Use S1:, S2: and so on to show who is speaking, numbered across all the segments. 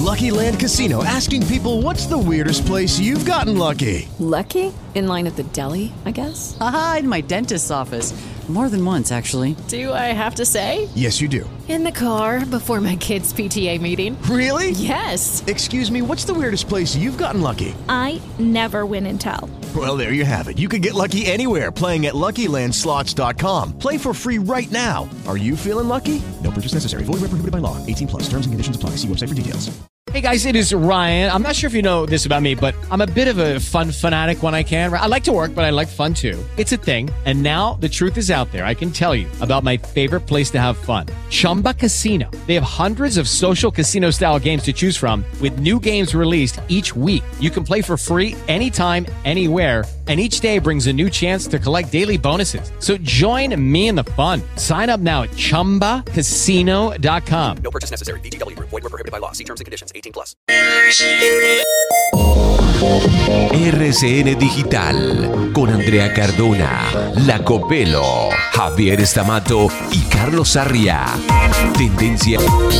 S1: Lucky Land Casino, asking people, what's the weirdest place you've gotten lucky?
S2: Lucky? In line at the deli, I guess?
S3: Aha, in my dentist's office. More than once, actually.
S2: Do I have to say?
S1: Yes, you do.
S2: In the car before my kids' PTA meeting.
S1: Really?
S2: Yes.
S1: Excuse me, what's the weirdest place you've gotten lucky?
S4: I never win and tell.
S1: Well, there you have it. You can get lucky anywhere, playing at LuckyLandSlots.com. Play for free right now. Are you feeling lucky? No purchase necessary. Void where prohibited by law. 18 plus. Terms and conditions apply. See website for details.
S5: Hey guys, it is Ryan. I'm not sure if you know this about me, but I'm a bit of a fun fanatic when I can. I like to work, but I like fun too. It's a thing. And now the truth is out there. I can tell you about my favorite place to have fun. Chumba Casino. They have hundreds of social casino style games to choose from with new games released each week. You can play for free anytime, anywhere. And each day brings a new chance to collect daily bonuses. So join me in the fun. Sign up now at ChumbaCasino.com.
S6: No purchase necessary. VGW Group. Void where prohibited by law. See terms and conditions. 18 plus.
S7: RCN Digital con Andrea Cardona, Lacopelo, Javier Stamato y Carlos Sarria. Tendencia.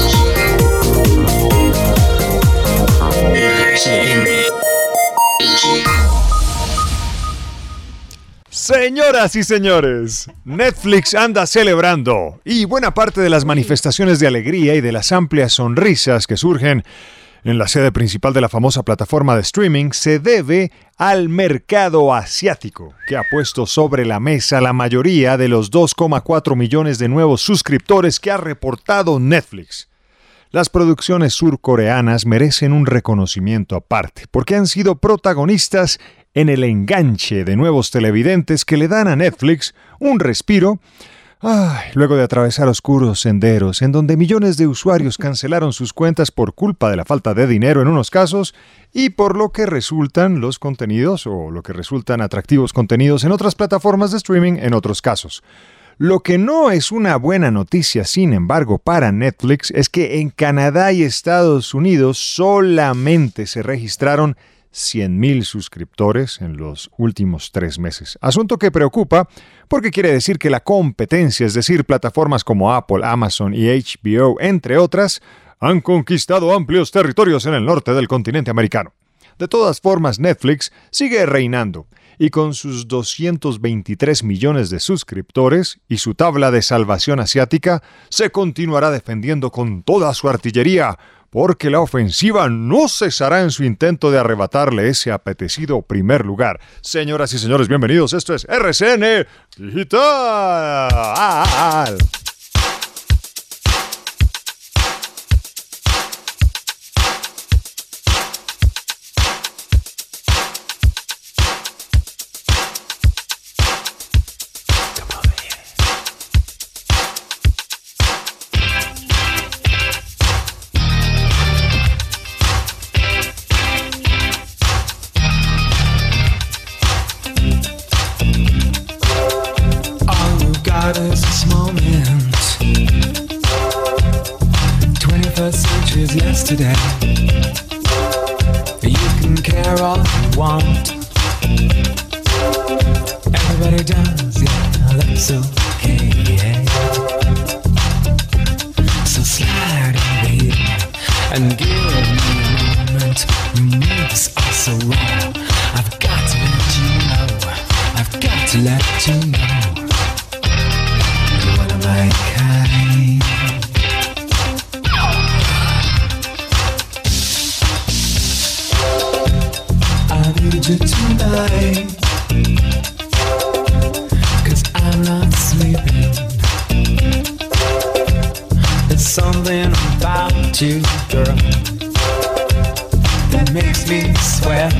S8: Señoras y señores, Netflix anda celebrando y buena parte de las manifestaciones de alegría y de las amplias sonrisas que surgen en la sede principal de la famosa plataforma de streaming se debe al mercado asiático, que ha puesto sobre la mesa la mayoría de los 2,4 millones de nuevos suscriptores que ha reportado Netflix. Las producciones surcoreanas merecen un reconocimiento aparte, porque han sido protagonistas en el enganche de nuevos televidentes que le dan a Netflix un respiro, luego de atravesar oscuros senderos en donde millones de usuarios cancelaron sus cuentas por culpa de la falta de dinero en unos casos y por lo que resultan los contenidos o lo que resultan atractivos contenidos en otras plataformas de streaming en otros casos. Lo que no es una buena noticia, sin embargo, para Netflix es que en Canadá y Estados Unidos solamente se registraron 100,000 suscriptores en los últimos 3 meses. Asunto que preocupa porque quiere decir que la competencia, es decir, plataformas como Apple, Amazon y HBO, entre otras, han conquistado amplios territorios en el norte del continente americano. De todas formas, Netflix sigue reinando y con sus 223 millones de suscriptores y su tabla de salvación asiática, se continuará defendiendo con toda su artillería, porque la ofensiva no cesará en su intento de arrebatarle ese apetecido primer lugar. Señoras y señores, bienvenidos. Esto es RCN Digital.
S9: Yesterday, you can care all you want. Everybody does, yeah, that's okay, yeah. So slide over here and give me a moment. Your moves are so raw. I've got to let you know. I've got to let you know. You're one of my kind. Need you tonight, 'cause I'm not sleeping. There's something about you, girl, that makes me sweat.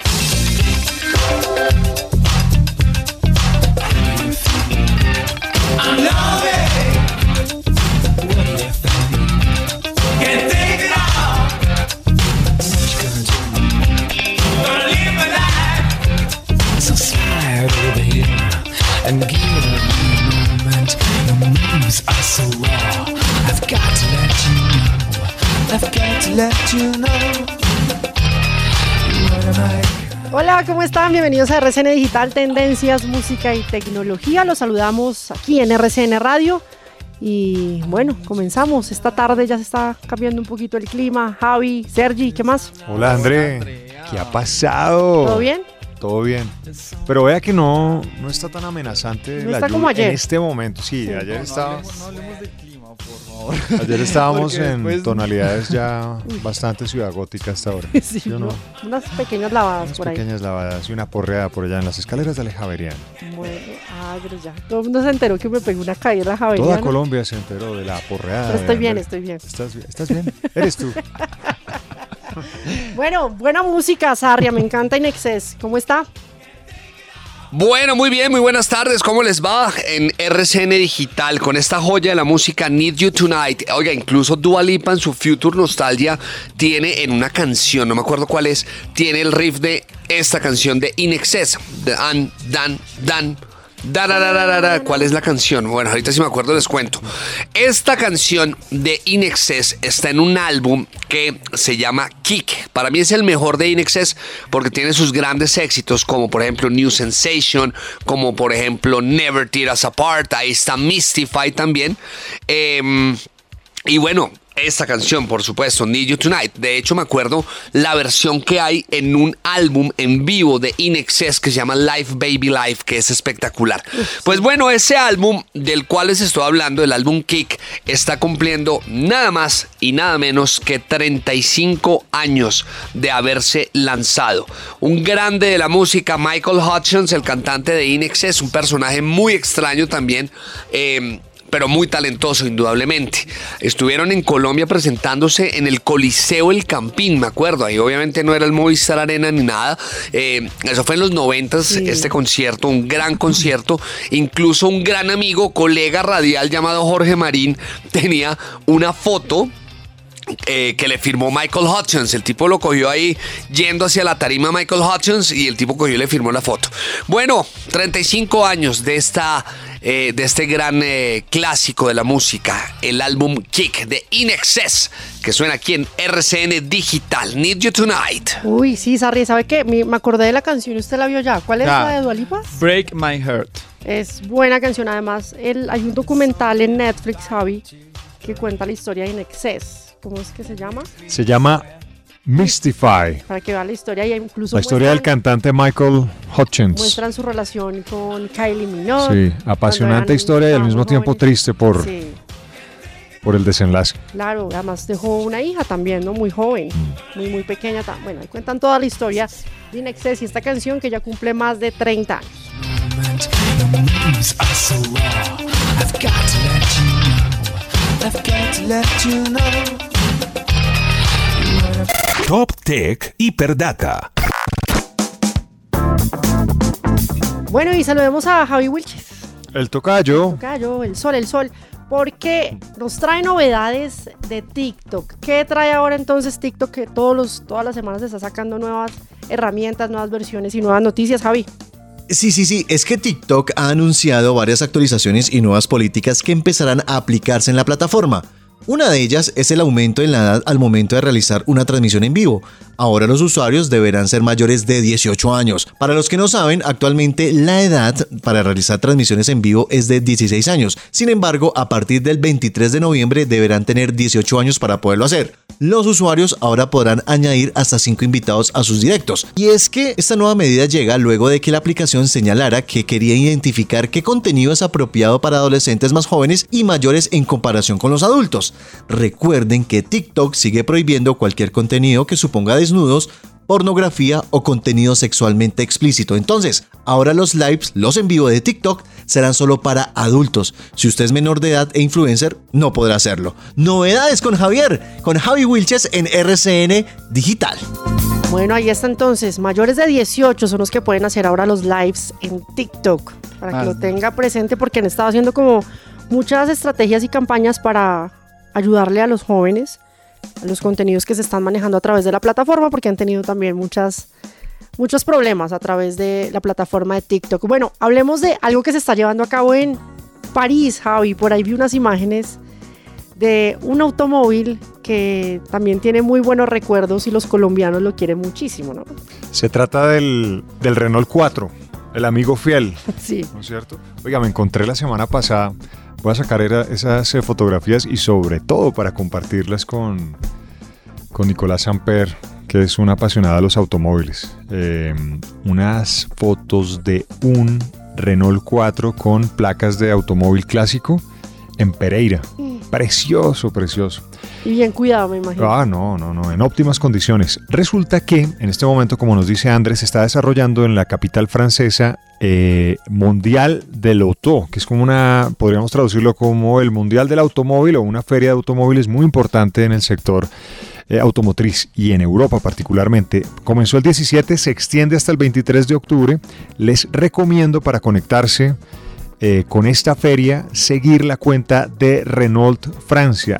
S9: I'm loving. What do you think? Can't take it all. What you gonna do? Gonna live my life. So slide over here and give me a moment. Your moves are so raw. I've got to let you know. I've got to let you know. What am I?
S10: Hola, ¿cómo están? Bienvenidos a RCN Digital, Tendencias, Música y Tecnología. Los saludamos aquí en RCN Radio Y bueno, comenzamos. Esta tarde ya se está cambiando un poquito el clima. Javi, Sergi, ¿qué más?
S8: Hola, André. ¿Qué ha pasado?
S10: ¿Todo bien?
S8: Todo bien. Pero vea que no está tan amenazante
S10: No
S8: la
S10: está
S8: lluvia
S10: como ayer.
S8: en este momento. Sí, ayer estaba.
S11: No hablemos del clima, por favor.
S8: Ayer estábamos
S11: Porque
S8: en
S11: después-
S8: tonalidades ya bastante ciudad gótica hasta ahora.
S10: Sí,
S8: ¿Sí o no?
S10: unas pequeñas lavadas
S8: Unas
S10: por ahí.
S8: pequeñas lavadas y una porreada por allá en las escaleras del Javeriano.
S10: Bueno, pero ya. Todo el mundo se enteró que me pegó una caída javeriana.
S8: Toda Colombia se enteró de la porreada.
S10: Pero estoy
S8: de
S10: bien,
S8: André.
S10: estoy bien.
S8: ¿Estás bien? ¿Estás bien? Eres tú.
S10: Bueno, buena música, Sarria. Me encanta In Excess. ¿Cómo está?
S12: Bueno, muy bien, muy buenas tardes. ¿Cómo les va en RCN Digital con esta joya de la música Need You Tonight? Oiga, incluso Dua Lipa en su Future Nostalgia tiene en una canción, no me acuerdo cuál es, tiene el riff de esta canción de In Excess. Dan. ¿Cuál es la canción? Bueno, ahorita si me acuerdo les cuento. Esta canción de In Excess está en un álbum que se llama Kick. Para mí es el mejor de In Excess porque tiene sus grandes éxitos como por ejemplo New Sensation, como por ejemplo Never Tear Us Apart. Ahí está Mystify también. Y bueno, esta canción, por supuesto, Need You Tonight. De hecho, me acuerdo la versión que hay en un álbum en vivo de In Excess que se llama Life Baby Life, que es espectacular. Pues bueno, ese álbum del cual les estoy hablando, el álbum Kick, está cumpliendo nada más y nada menos que 35 años de haberse lanzado. Un grande de la música, Michael Hutchence, el cantante de In Excess, un personaje muy extraño también, pero muy talentoso, indudablemente. Estuvieron en Colombia presentándose en el Coliseo El Campín, me acuerdo. Ahí obviamente no era el Movistar Arena ni nada. Eso fue en los 90s,
S10: Sí.
S12: este concierto, un gran concierto. Incluso un gran amigo, colega radial llamado Jorge Marín, tenía una foto que le firmó Michael Hutchence. El tipo lo cogió ahí yendo hacia la tarima Michael Hutchence y el tipo cogió y le firmó la foto. Bueno, 35 años de este gran clásico de la música, el álbum Kick de In Excess, que suena aquí en RCN Digital. Need You Tonight.
S10: Uy, sí, Sarria, ¿sabe qué? Me acordé de la canción, ¿usted la vio ya? ¿Cuál es
S11: Ya.
S10: la de Dua Lipa?
S11: Break My Heart.
S10: Es buena canción, además hay un documental en Netflix, Javi, que cuenta la historia de In Excess. ¿Cómo es que se llama?
S8: Se llama Mystify.
S10: Para que vea la historia y incluso
S8: La historia del cantante Michael Hutchence.
S10: muestran su relación con Kylie Minogue.
S8: Sí, apasionante
S10: cuando
S8: historia y al mismo
S10: estaban
S8: tiempo
S10: jóvenes.
S8: triste por
S10: Sí,
S8: el desenlace.
S10: claro, además dejó una hija también, ¿no? Muy joven, muy pequeña. Bueno, ahí cuentan toda la historia de In Excess y esta canción que ya cumple más de 30 años.
S7: Top Tech Hiperdata.
S10: Bueno, y saludemos a Javi Wilches.
S8: El tocayo.
S10: Cayó el sol, porque nos trae novedades de TikTok. ¿Qué trae ahora entonces TikTok? Que todas las semanas está sacando nuevas herramientas, nuevas versiones y nuevas noticias, Javi.
S13: Sí, es que TikTok ha anunciado varias actualizaciones y nuevas políticas que empezarán a aplicarse en la plataforma. Una de ellas es el aumento en la edad al momento de realizar una transmisión en vivo. Ahora los usuarios deberán ser mayores de 18 años. Para los que no saben, actualmente la edad para realizar transmisiones en vivo es de 16 años. Sin embargo, a partir del 23 de noviembre deberán tener 18 años para poderlo hacer. Los usuarios ahora podrán añadir hasta 5 invitados a sus directos. Y es que esta nueva medida llega luego de que la aplicación señalara que quería identificar qué contenido es apropiado para adolescentes más jóvenes y mayores en comparación con los adultos. Recuerden que TikTok sigue prohibiendo cualquier contenido que suponga desnudos, pornografía o contenido sexualmente explícito. Entonces, ahora los lives, los en vivo de TikTok, serán solo para adultos. Si usted es menor de edad e influencer, no podrá hacerlo. Novedades con Javi Wilches en RCN Digital.
S10: Bueno, ahí está entonces. Mayores de 18 son los que pueden hacer ahora los lives en TikTok. Para que lo tenga presente porque han estado haciendo como muchas estrategias y campañas para ayudarle a los jóvenes a los contenidos que se están manejando a través de la plataforma, porque han tenido también muchos problemas a través de la plataforma de TikTok. Bueno, hablemos de algo que se está llevando a cabo en París, Javi. Por ahí vi unas imágenes de un automóvil que también tiene muy buenos recuerdos y los colombianos lo quieren muchísimo, ¿no?
S8: Se trata del Renault 4. El amigo fiel.
S10: Sí.
S8: ¿No es cierto? Oiga, me encontré la semana pasada. Voy a sacar esas fotografías y sobre todo para compartirlas con Nicolás Samper, que es un apasionado de los automóviles. Unas fotos de un Renault 4 con placas de automóvil clásico en Pereira. Precioso, precioso.
S10: Y bien cuidado, me imagino.
S8: No, en óptimas condiciones. Resulta que en este momento, como nos dice Andrés, se está desarrollando en la capital francesa Mundial del Auto, que es como podríamos traducirlo como el Mundial del Automóvil o una feria de automóviles muy importante en el sector automotriz y en Europa particularmente. Comenzó el 17, se extiende hasta el 23 de octubre. Les recomiendo para conectarse con esta feria seguir la cuenta de Renault Francia,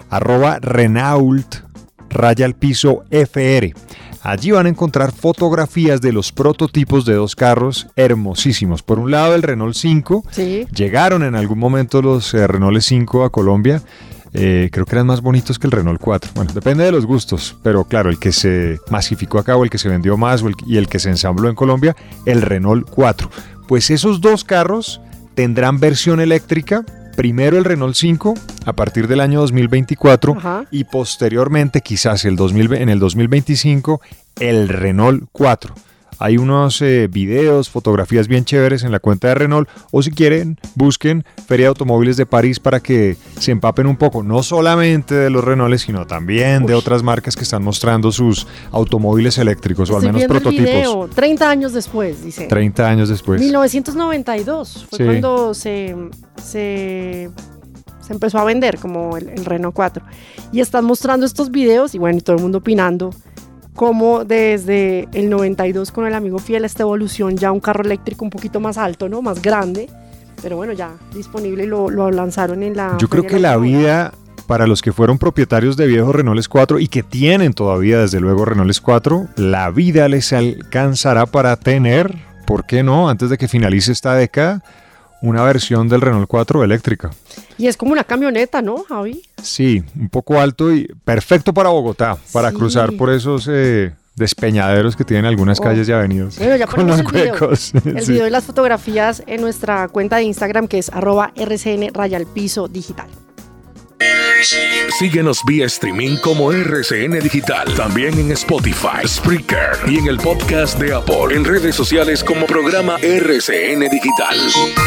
S8: @Renault_FR. Allí van a encontrar fotografías de los prototipos de dos carros hermosísimos. Por un lado el Renault 5,
S10: sí.
S8: Llegaron en algún momento los Renault 5 a Colombia. Creo que eran más bonitos que el Renault 4. Bueno, depende de los gustos, pero claro, el que se masificó acá o el que se vendió más y el que se ensambló en Colombia, el Renault 4. Pues esos dos carros tendrán versión eléctrica, primero el Renault 5 a partir del año 2024. Ajá. Y posteriormente, quizás en el 2025, el Renault 4. Hay unos videos, fotografías bien chéveres en la cuenta de Renault, o si quieren, busquen Feria de Automóviles de París para que se empapen un poco, no solamente de los Renaults, sino también de otras marcas que están mostrando sus automóviles eléctricos, o al menos prototipos.
S10: El video, 30 años después, dice.
S8: 30 años después.
S10: 1992 fue cuando se empezó a vender como el Renault 4. Y están mostrando estos videos y bueno, y todo el mundo opinando como desde el 92 con el amigo fiel esta evolución, ya un carro eléctrico un poquito más alto, ¿no? Más grande, pero bueno, ya disponible y lo lanzaron en la...
S8: Yo creo que la vida para los que fueron propietarios de viejos Renault 4 y que tienen todavía desde luego Renault 4, la vida les alcanzará para tener, ¿por qué no? Antes de que finalice esta década, una versión del Renault 4 eléctrica.
S10: Y es como una camioneta, ¿no, Javi?
S8: Sí, un poco alto y perfecto para Bogotá, para cruzar por esos despeñaderos que tienen algunas calles y avenidas.
S10: Bueno, ya ponemos
S8: con los huecos.
S10: El video y las fotografías en nuestra cuenta de Instagram, que es @RCN_digital.
S7: Síguenos vía streaming como RCN Digital. También en Spotify, Spreaker y en el podcast de Apple. En redes sociales como programa RCN Digital.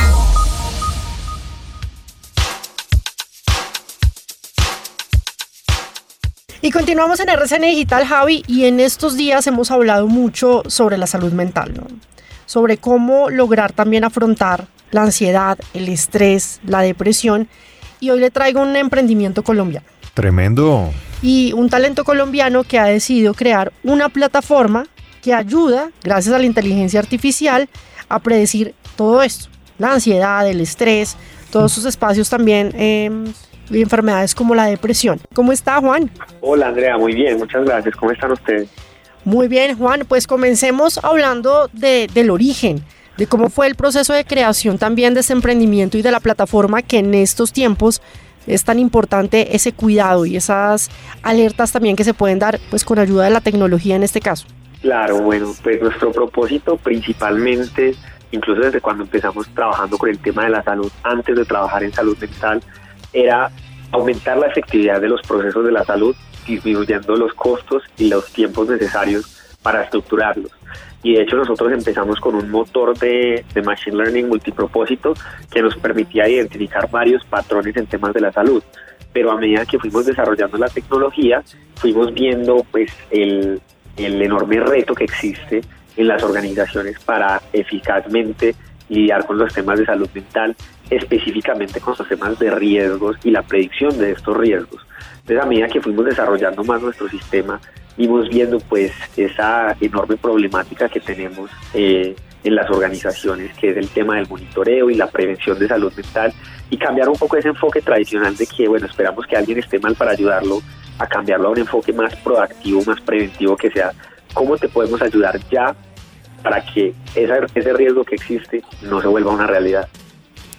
S10: Y continuamos en RCN Digital, Javi, y en estos días hemos hablado mucho sobre la salud mental, ¿no? Sobre cómo lograr también afrontar la ansiedad, el estrés, la depresión. Y hoy le traigo un emprendimiento colombiano.
S8: Tremendo.
S10: Y un talento colombiano que ha decidido crear una plataforma que ayuda, gracias a la inteligencia artificial, a predecir todo esto. La ansiedad, el estrés, todos sus espacios también y enfermedades como la depresión. ¿Cómo está, Juan?
S14: Hola, Andrea, muy bien, muchas gracias. ¿Cómo están ustedes?
S10: Muy bien, Juan, pues comencemos hablando del origen, de cómo fue el proceso de creación también de este emprendimiento y de la plataforma que en estos tiempos es tan importante ese cuidado y esas alertas también que se pueden dar pues con ayuda de la tecnología en este caso.
S14: Claro, bueno, pues nuestro propósito principalmente, incluso desde cuando empezamos trabajando con el tema de la salud, antes de trabajar en salud mental, era aumentar la efectividad de los procesos de la salud, disminuyendo los costos y los tiempos necesarios para estructurarlos. Y de hecho nosotros empezamos con un motor de Machine Learning multipropósito que nos permitía identificar varios patrones en temas de la salud. Pero a medida que fuimos desarrollando la tecnología, fuimos viendo pues el enorme reto que existe en las organizaciones para eficazmente lidiar con los temas de salud mental, específicamente con los temas de riesgos y la predicción de estos riesgos. Entonces, a medida que fuimos desarrollando más nuestro sistema, vimos viendo pues esa enorme problemática que tenemos en las organizaciones, que es el tema del monitoreo y la prevención de salud mental, y cambiar un poco ese enfoque tradicional de que, bueno, esperamos que alguien esté mal para ayudarlo, a cambiarlo a un enfoque más proactivo, más preventivo, que sea cómo te podemos ayudar ya para que ese riesgo que existe no se vuelva una realidad.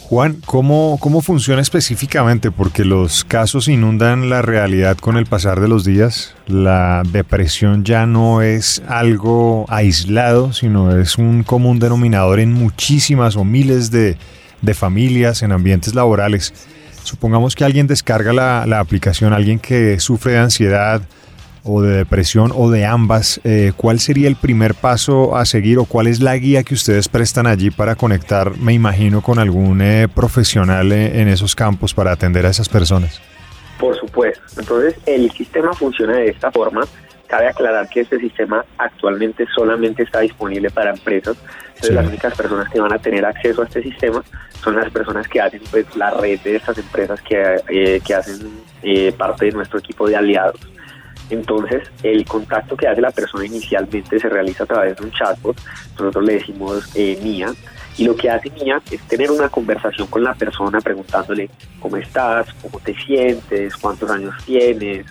S8: Juan, ¿cómo funciona específicamente? Porque los casos inundan la realidad con el pasar de los días. La depresión ya no es algo aislado, sino es un común denominador en muchísimas o miles de familias, en ambientes laborales. Supongamos que alguien descarga la aplicación, alguien que sufre de ansiedad o de depresión o de ambas, ¿cuál sería el primer paso a seguir o cuál es la guía que ustedes prestan allí para conectar, me imagino, con algún profesional en esos campos para atender a esas personas?
S14: Por supuesto. Entonces, el sistema funciona de esta forma. Cabe aclarar que este sistema actualmente solamente está disponible para empresas. Entonces, las únicas personas que van a tener acceso a este sistema son las personas que hacen pues, la red de estas empresas que hacen parte de nuestro equipo de aliados. Entonces, el contacto que hace la persona inicialmente se realiza a través de un chatbot. Nosotros le decimos Mía. Y lo que hace Mía es tener una conversación con la persona preguntándole cómo estás, cómo te sientes, cuántos años tienes,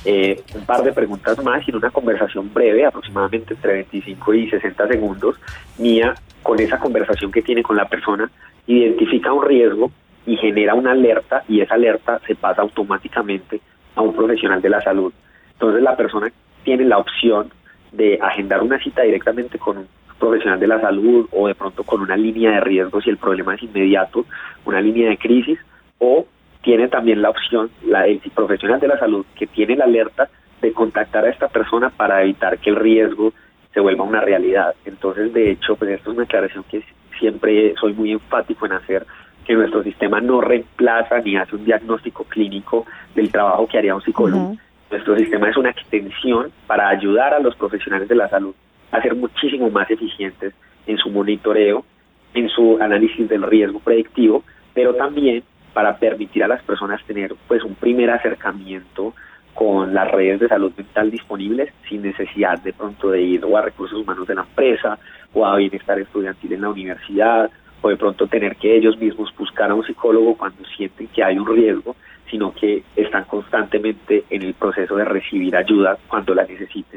S14: un par de preguntas más, y en una conversación breve, aproximadamente entre 25 y 60 segundos, Mía, con esa conversación que tiene con la persona, identifica un riesgo y genera una alerta, y esa alerta se pasa automáticamente a un profesional de la salud. Entonces la persona tiene la opción de agendar una cita directamente con un profesional de la salud o de pronto con una línea de riesgo si el problema es inmediato, una línea de crisis, o tiene también la opción, el profesional de la salud que tiene la alerta de contactar a esta persona para evitar que el riesgo se vuelva una realidad. Entonces, de hecho, pues esto es una aclaración que siempre soy muy enfático en hacer, que nuestro sistema no reemplaza ni hace un diagnóstico clínico del trabajo que haría un psicólogo. Uh-huh. Nuestro sistema es una extensión para ayudar a los profesionales de la salud a ser muchísimo más eficientes en su monitoreo, en su análisis del riesgo predictivo, pero también para permitir a las personas tener pues un primer acercamiento con las redes de salud mental disponibles sin necesidad de pronto de ir o a recursos humanos de la empresa o a bienestar estudiantil en la universidad o de pronto tener que ellos mismos buscar a un psicólogo cuando sienten que hay un riesgo, sino que están constantemente en el proceso de recibir ayuda cuando la necesiten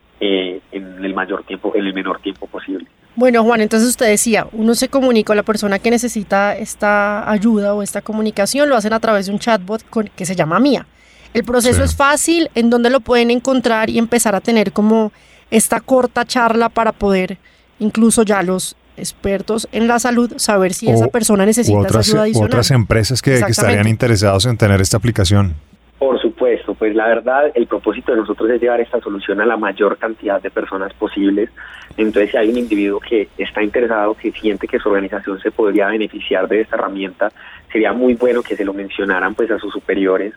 S14: en el menor tiempo posible.
S10: Bueno, Juan, entonces usted decía, uno se comunica con la persona que necesita esta ayuda o esta comunicación, lo hacen a través de un chatbot que se llama Mía. El proceso es fácil, ¿en dónde lo pueden encontrar y empezar a tener como esta corta charla para poder, incluso ya los expertos en la salud, saber si esa persona necesita esa ayuda adicional?
S8: Otras empresas que estarían interesados en tener esta aplicación.
S14: Por supuesto, pues la verdad, el propósito de nosotros es llevar esta solución a la mayor cantidad de personas posibles. Entonces, si hay un individuo que está interesado, que siente que su organización se podría beneficiar de esta herramienta, sería muy bueno que se lo mencionaran pues a sus superiores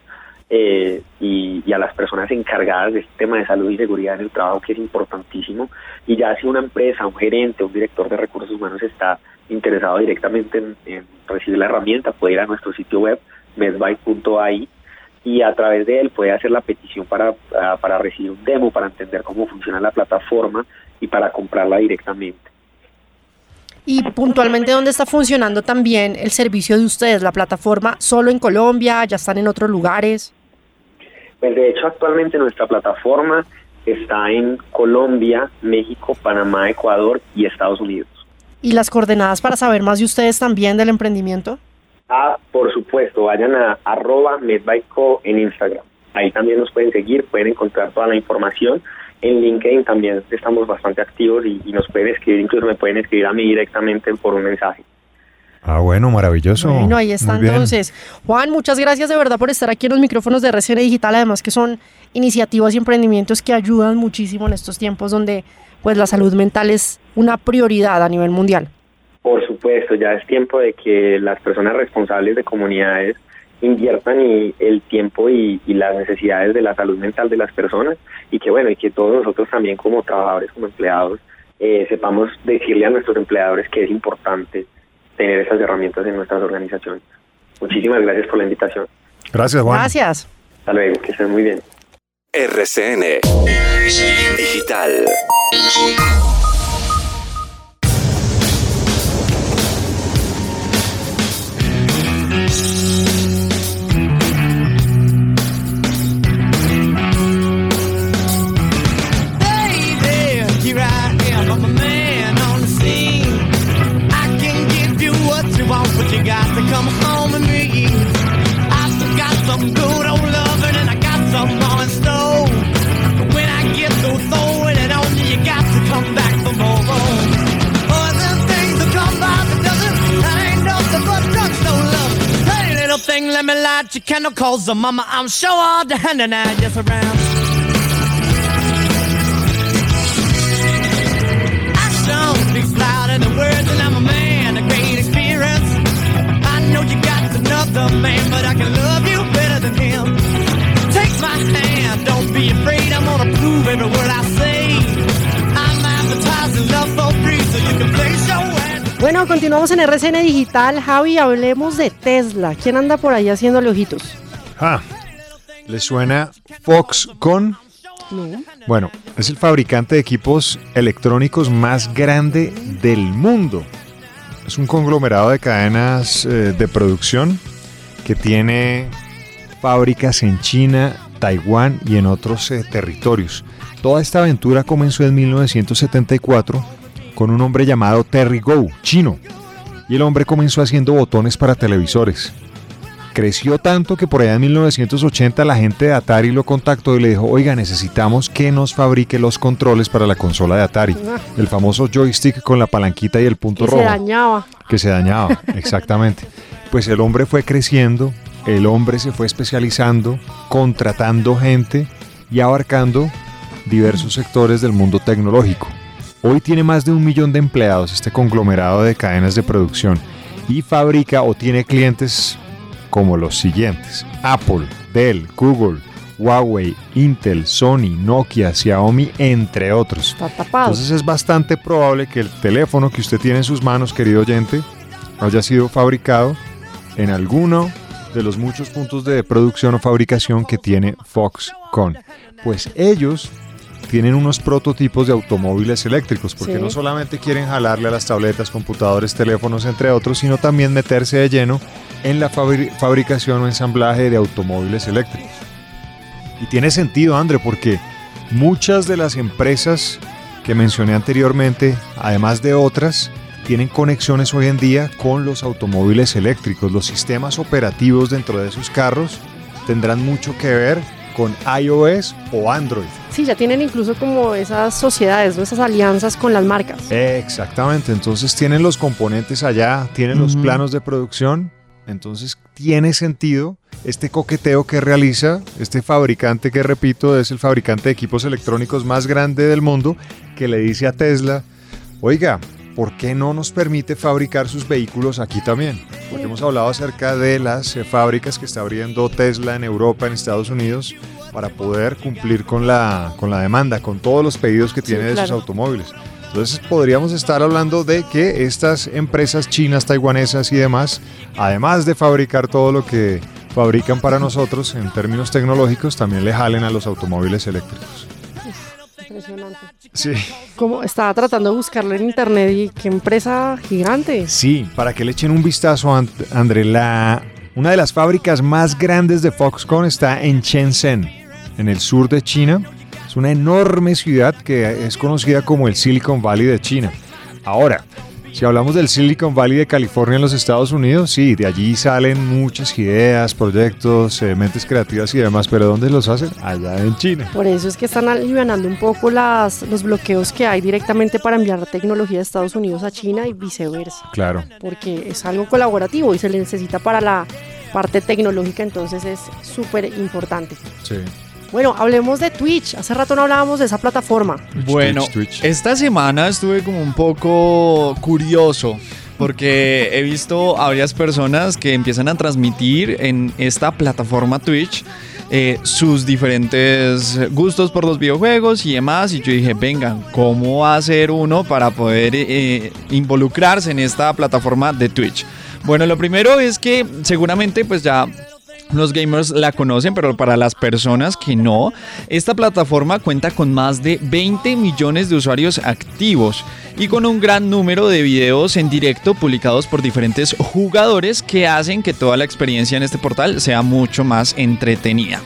S14: y a las personas encargadas de este tema de salud y seguridad en el trabajo, que es importantísimo. Y ya si una empresa, un gerente, un director de recursos humanos está interesado directamente en recibir la herramienta, puede ir a nuestro sitio web, medbyte.ai, y a través de él puede hacer la petición para recibir un demo, para entender cómo funciona la plataforma y para comprarla directamente.
S10: Y puntualmente, ¿dónde está funcionando también el servicio de ustedes, la plataforma? ¿Solo en Colombia? ¿Ya están en otros lugares?
S14: Pues de hecho, actualmente nuestra plataforma está en Colombia, México, Panamá, Ecuador y Estados Unidos.
S10: ¿Y las coordenadas para saber más de ustedes también del emprendimiento?
S14: Por supuesto, vayan a @medbyteco en Instagram. Ahí también nos pueden seguir, pueden encontrar toda la información. En LinkedIn también estamos bastante activos y nos pueden escribir, incluso me pueden escribir a mí directamente por un mensaje.
S8: Bueno, maravilloso.
S10: Bueno, ahí está entonces. Juan, muchas gracias de verdad por estar aquí en los micrófonos de RCN Digital, además que son iniciativas y emprendimientos que ayudan muchísimo en estos tiempos donde pues la salud mental es una prioridad a nivel mundial.
S14: Por supuesto, ya es tiempo de que las personas responsables de comunidades inviertan el tiempo y las necesidades de la salud mental de las personas, y que todos nosotros también como trabajadores, como empleados, sepamos decirle a nuestros empleadores que es importante tener esas herramientas en nuestras organizaciones. Muchísimas gracias por la invitación.
S8: Gracias, Juan.
S10: Gracias.
S14: Hasta luego, que estén muy bien.
S15: RCN Digital.
S9: But you got to come let me light your candle, cause the mama, I'm sure all the hand and I just around. Action speaks louder than words, and I'm a man, a great experience. I know you got another man, but I can love you better than him. Take my hand, don't be afraid, I'm gonna prove every word I say. I'm advertising love for free, so you can place your ad.
S10: Bueno, continuamos en RCN Digital. Javi, hablemos de Tesla. ¿Quién anda por ahí haciéndole ojitos?
S8: ¿Le suena Foxconn?
S10: No.
S8: Bueno, es el fabricante de equipos electrónicos más grande del mundo. Es un conglomerado de cadenas de producción que tiene fábricas en China, Taiwán y en otros territorios. Toda esta aventura comenzó en 1974 con un hombre llamado Terry Gou, chino, y el hombre comenzó haciendo botones para televisores. Creció tanto que por allá en 1980 la gente de Atari lo contactó y le dijo: oiga, necesitamos que nos fabrique los controles para la consola de Atari. El famoso joystick con la palanquita y el punto rojo. Que se dañaba, exactamente. Pues el hombre fue creciendo, el hombre se fue especializando, contratando gente y abarcando diversos sectores del mundo tecnológico. Hoy tiene más de 1 millón de empleados este conglomerado de cadenas de producción y fabrica o tiene clientes como los siguientes: Apple, Dell, Google, Huawei, Intel, Sony, Nokia, Xiaomi, entre otros. Entonces es bastante probable que el teléfono que usted tiene en sus manos, querido oyente, haya sido fabricado en alguno de los muchos puntos de producción o fabricación que tiene Foxconn. Pues ellos tienen unos prototipos de automóviles eléctricos, porque no solamente quieren jalarle a las tabletas, computadores, teléfonos, entre otros, sino también meterse de lleno en la fabricación o ensamblaje de automóviles eléctricos. Y tiene sentido, André, porque muchas de las empresas que mencioné anteriormente, además de otras, tienen conexiones hoy en día con los automóviles eléctricos. Los sistemas operativos dentro de sus carros tendrán mucho que ver con iOS o Android.
S10: Sí, ya tienen incluso como esas sociedades, ¿no? Esas alianzas con las marcas.
S8: Exactamente, entonces tienen los componentes allá, tienen los planos de producción, entonces tiene sentido este coqueteo que realiza este fabricante, que repito, es el fabricante de equipos electrónicos más grande del mundo, que le dice a Tesla: oiga, ¿por qué no nos permite fabricar sus vehículos aquí también? Porque hemos hablado acerca de las fábricas que está abriendo Tesla en Europa, en Estados Unidos, para poder cumplir con la demanda, con todos los pedidos que tiene de sus automóviles. Entonces podríamos estar hablando de que estas empresas chinas, taiwanesas y demás, además de fabricar todo lo que fabrican para nosotros en términos tecnológicos, también le jalen a los automóviles eléctricos.
S10: Impresionante.
S8: Sí.
S10: Como estaba tratando de buscarlo en internet, y qué empresa gigante.
S8: Sí, para que le echen un vistazo, André, una de las fábricas más grandes de Foxconn está en Shenzhen, en el sur de China. Es una enorme ciudad que es conocida como el Silicon Valley de China. Ahora, si hablamos del Silicon Valley de California en los Estados Unidos, sí, de allí salen muchas ideas, proyectos, mentes creativas y demás, pero ¿dónde los hacen? Allá en China.
S10: Por eso es que están alivianando un poco los bloqueos que hay directamente para enviar tecnología de Estados Unidos a China y viceversa.
S8: Claro.
S10: Porque es algo colaborativo y se le necesita para la parte tecnológica, entonces es súper importante.
S8: Sí.
S10: Bueno, hablemos de Twitch. Hace rato no hablábamos de esa plataforma.
S11: Bueno, esta semana estuve como un poco curioso porque he visto a varias personas que empiezan a transmitir en esta plataforma Twitch sus diferentes gustos por los videojuegos y demás, y yo dije, vengan, ¿cómo hacer uno para poder involucrarse en esta plataforma de Twitch? Bueno, lo primero es que seguramente pues ya los gamers la conocen, pero para las personas que no, esta plataforma cuenta con más de 20 millones de usuarios activos y con un gran número de videos en directo publicados por diferentes jugadores que hacen que toda la experiencia en este portal sea mucho más entretenida.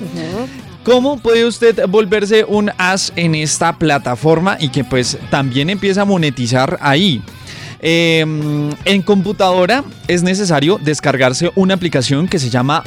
S11: ¿Cómo puede usted volverse un as en esta plataforma y que pues también empieza a monetizar ahí? En computadora es necesario descargarse una aplicación que se llama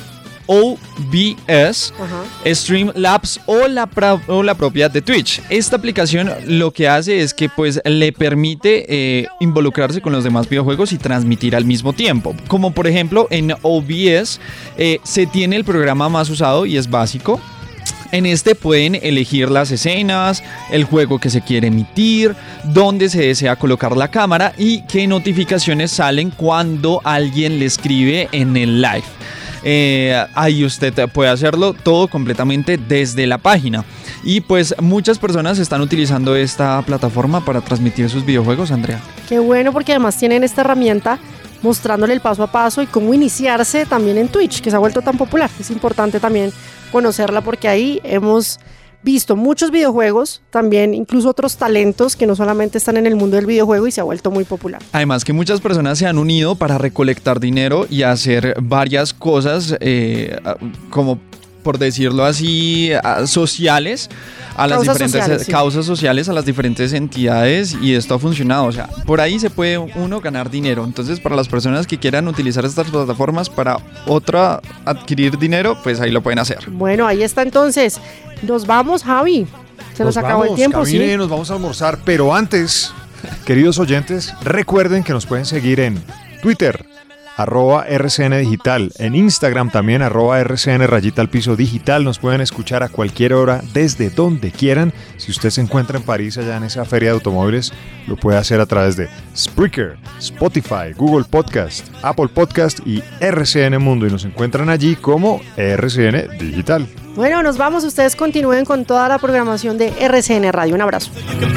S11: OBS, Streamlabs o la propia de Twitch. Esta aplicación lo que hace es que pues le permite involucrarse con los demás videojuegos y transmitir al mismo tiempo. Como por ejemplo en OBS se tiene el programa más usado y es básico. En este pueden elegir las escenas, el juego que se quiere emitir, dónde se desea colocar la cámara y qué notificaciones salen cuando alguien le escribe en el live. Ahí usted puede hacerlo todo completamente desde la página. Y pues muchas personas están utilizando esta plataforma para transmitir sus videojuegos, Andrea.
S10: Qué bueno, porque además tienen esta herramienta mostrándole el paso a paso y cómo iniciarse también en Twitch, que se ha vuelto tan popular. Es importante también conocerla porque ahí hemos visto muchos videojuegos, también incluso otros talentos que no solamente están en el mundo del videojuego y se ha vuelto muy popular.
S11: Además que muchas personas se han unido para recolectar dinero y hacer varias cosas como por decirlo así, sociales a las diferentes causas sociales, a las diferentes entidades, y esto ha funcionado. O sea, por ahí se puede uno ganar dinero. Entonces, para las personas que quieran utilizar estas plataformas para adquirir dinero, pues ahí lo pueden hacer.
S10: Bueno, ahí está entonces. Nos vamos, Javi. Se nos acabó el tiempo,
S8: Camine,
S10: ¿sí?
S8: Nos vamos a almorzar, pero antes, queridos oyentes, recuerden que nos pueden seguir en Twitter, @RCN Digital, en Instagram también, @RCN_digital. Nos pueden escuchar a cualquier hora, desde donde quieran. Si usted se encuentra en París, allá en esa feria de automóviles, lo puede hacer a través de Spreaker, Spotify, Google Podcast, Apple Podcast y RCN Mundo, y nos encuentran allí como RCN Digital.
S10: Bueno, nos vamos. Ustedes continúen con toda la programación de RCN Radio. Un abrazo.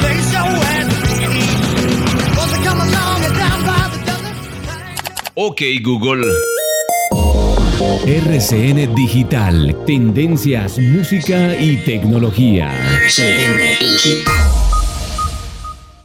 S16: Ok, Google.
S17: RCN Digital, tendencias, música y tecnología.
S9: RCN Digital.